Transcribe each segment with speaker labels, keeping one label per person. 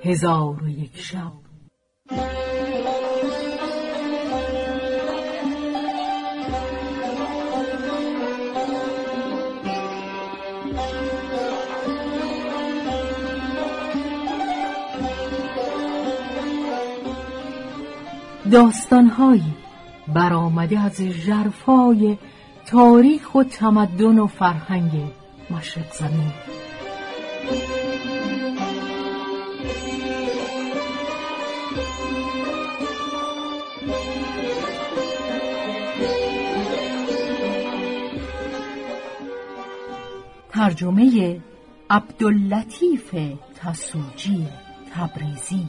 Speaker 1: 1001 شب. داستان‌هایی برآمده از ژرفای تاریخ و تمدن و فرهنگ مشرق زمین. ترجمه عبداللطیف تسوجی تبریزی.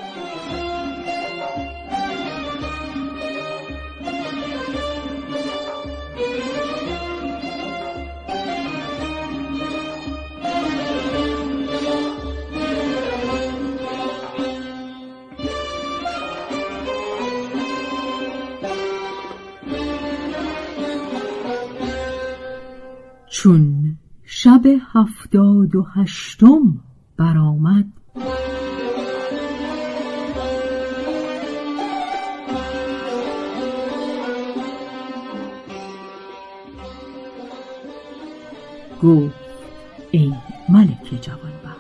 Speaker 2: چون شب 78 برآمد، گفت ای ملک جوانبخت.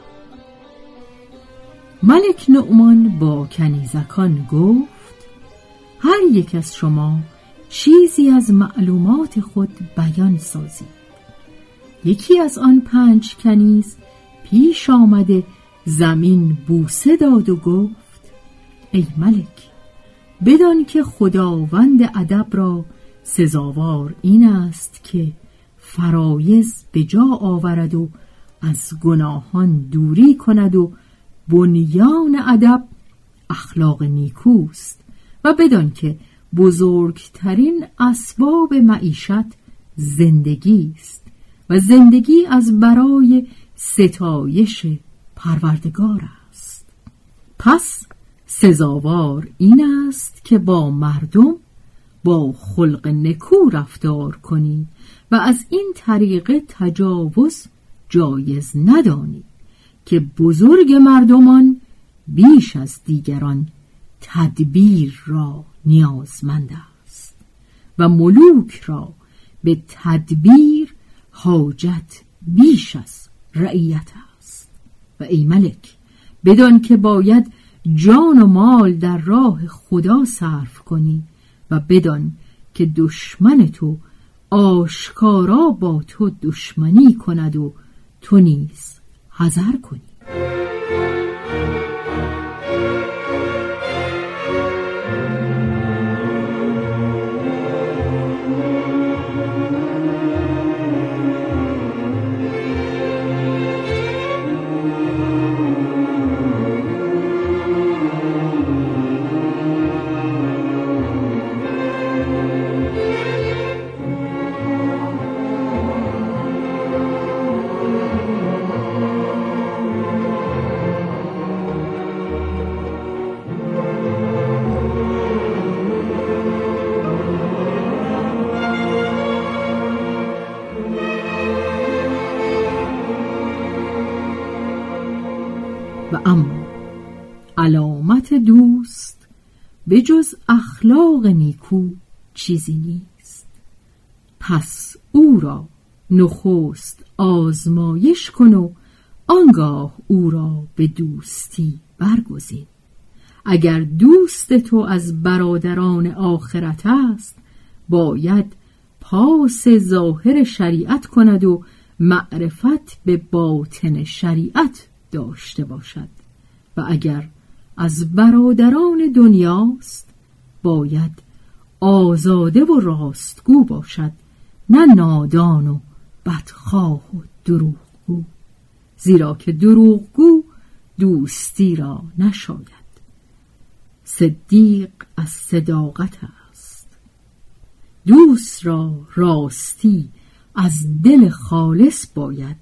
Speaker 2: ملک نعمان با کنیزکان گفت هر یک از شما چیزی از معلومات خود بیان سازید. یکی از آن 5 کنیز پیش آمده زمین بوسه داد و گفت ای ملک، بدان که خداوند ادب را سزاوار این است که فرایض به جا آورد و از گناهان دوری کند و بنیان ادب اخلاق نیکوست، و بدان که بزرگترین اسباب معیشت زندگی است و زندگی از برای ستایش پروردگار است. پس سزاوار این است که با مردم با خلق نکو رفتار کنی و از این طریقه تجاوز جایز ندانی که بزرگ مردمان بیش از دیگران تدبیر را نیازمند است و ملوک را به تدبیر حاجت بیش از رعیت است. و ای ملک، بدان که باید جان و مال در راه خدا صرف کنی و بدان که دشمن تو آشکارا با تو دشمنی کند و تو نیز حذر کنی. و اما علامت دوست به جز اخلاق نیکو چیزی نیست. پس او را نخست آزمایش کن و آنگاه او را به دوستی برگزین. اگر دوست تو از برادران آخرت است، باید پاس ظاهر شریعت کند و معرفت به باطن شریعت داشته باشد، و اگر از برادران دنیاست باید آزاده و راستگو باشد، نه نادان و بدخواه و دروغگو، زیرا که دروغگو دوستی را نشاید. صدیق از صداقت است. دوست را راستی از دل خالص باید.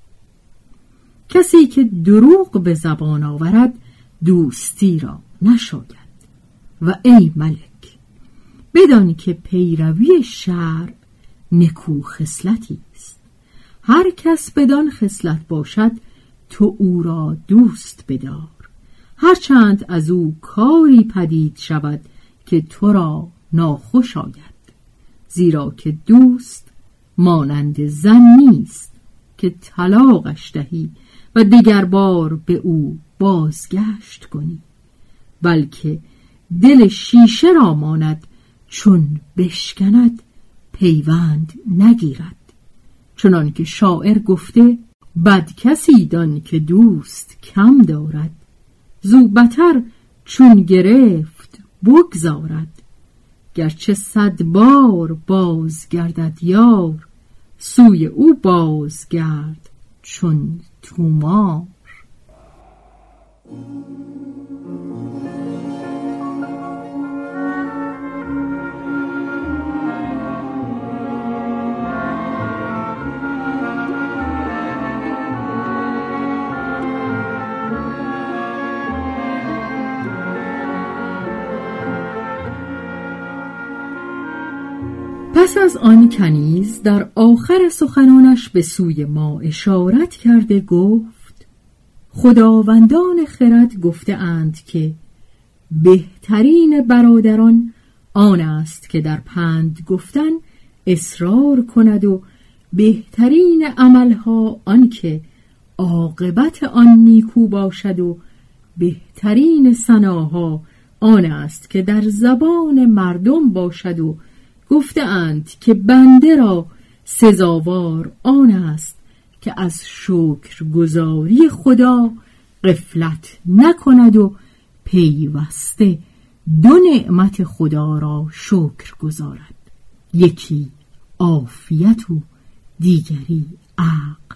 Speaker 2: کسی که دروغ به زبان آورد دوستی را نشاید. و ای ملک، بدانی که پیروی شرع نکو خصلتی است. هر کس بدان خصلت باشد تو او را دوست بدار هرچند از او کاری پدید شود که تو را ناخوش آید، زیرا که دوست مانند زن نیست که طلاقش دهی و دیگر بار به او بازگشت کنی، بلکه دل شیشه را ماند چون بشکند پیوند نگیرد. چنان که شاعر گفته بد کسی دان که دوست کم دارد، زو بتر چون گرفت بگذارد. گرچه 100 بار بازگردد یار، سوی او بازگرد چون تومار. پس از آن کنیز در آخر سخنانش به سوی ما اشارت کرده گفت: خداوندان خرد گفته اند که بهترین برادران آن است که در پند گفتن اصرار کند و بهترین عملها آن که عاقبت آن نیکو باشد و بهترین ثناها آن است که در زبان مردم باشد و گفته اند که بنده را سزاوار آن است که از شکرگزاری خدا غفلت نکند و پیوسته 2 نعمت خدا را شکر گزارد، یکی عافیت و دیگری عقل.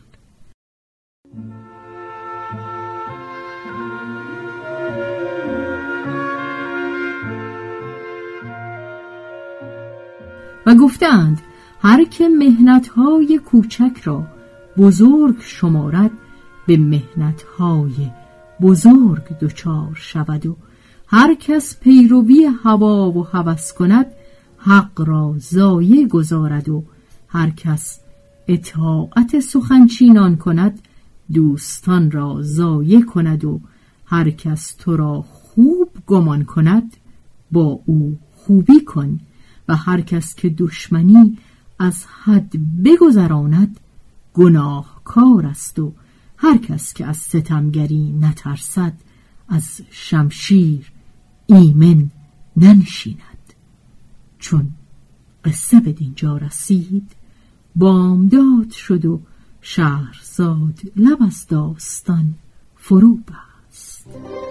Speaker 2: و گفتند هر که مهنت‌های کوچک را بزرگ شمارد به مهنت‌های بزرگ دچار شود و هر کس پیروی هوا و هوس کند حق را ضایع گذارد و هر کس اطاعت سخنچینان کند دوستان را ضایع کند و هر کس تو را خوب گمان کند با او خوبی کن و هر کس که دشمنی از حد بگذراند گناهکار است و هر کس که از ستمگری نترسد از شمشیر ایمن ننشیند. چون قصه به دینجا رسید بامداد شد و شهرزاد لب از داستان فرو بست.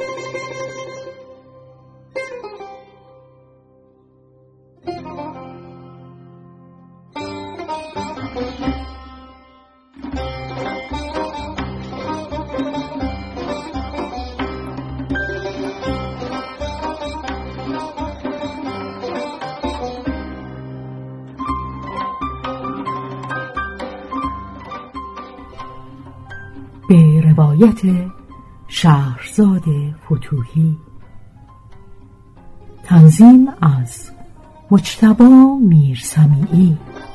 Speaker 1: به روایت شهرزاد فتوحی. تنظیم از مجتبی میرسمیعی.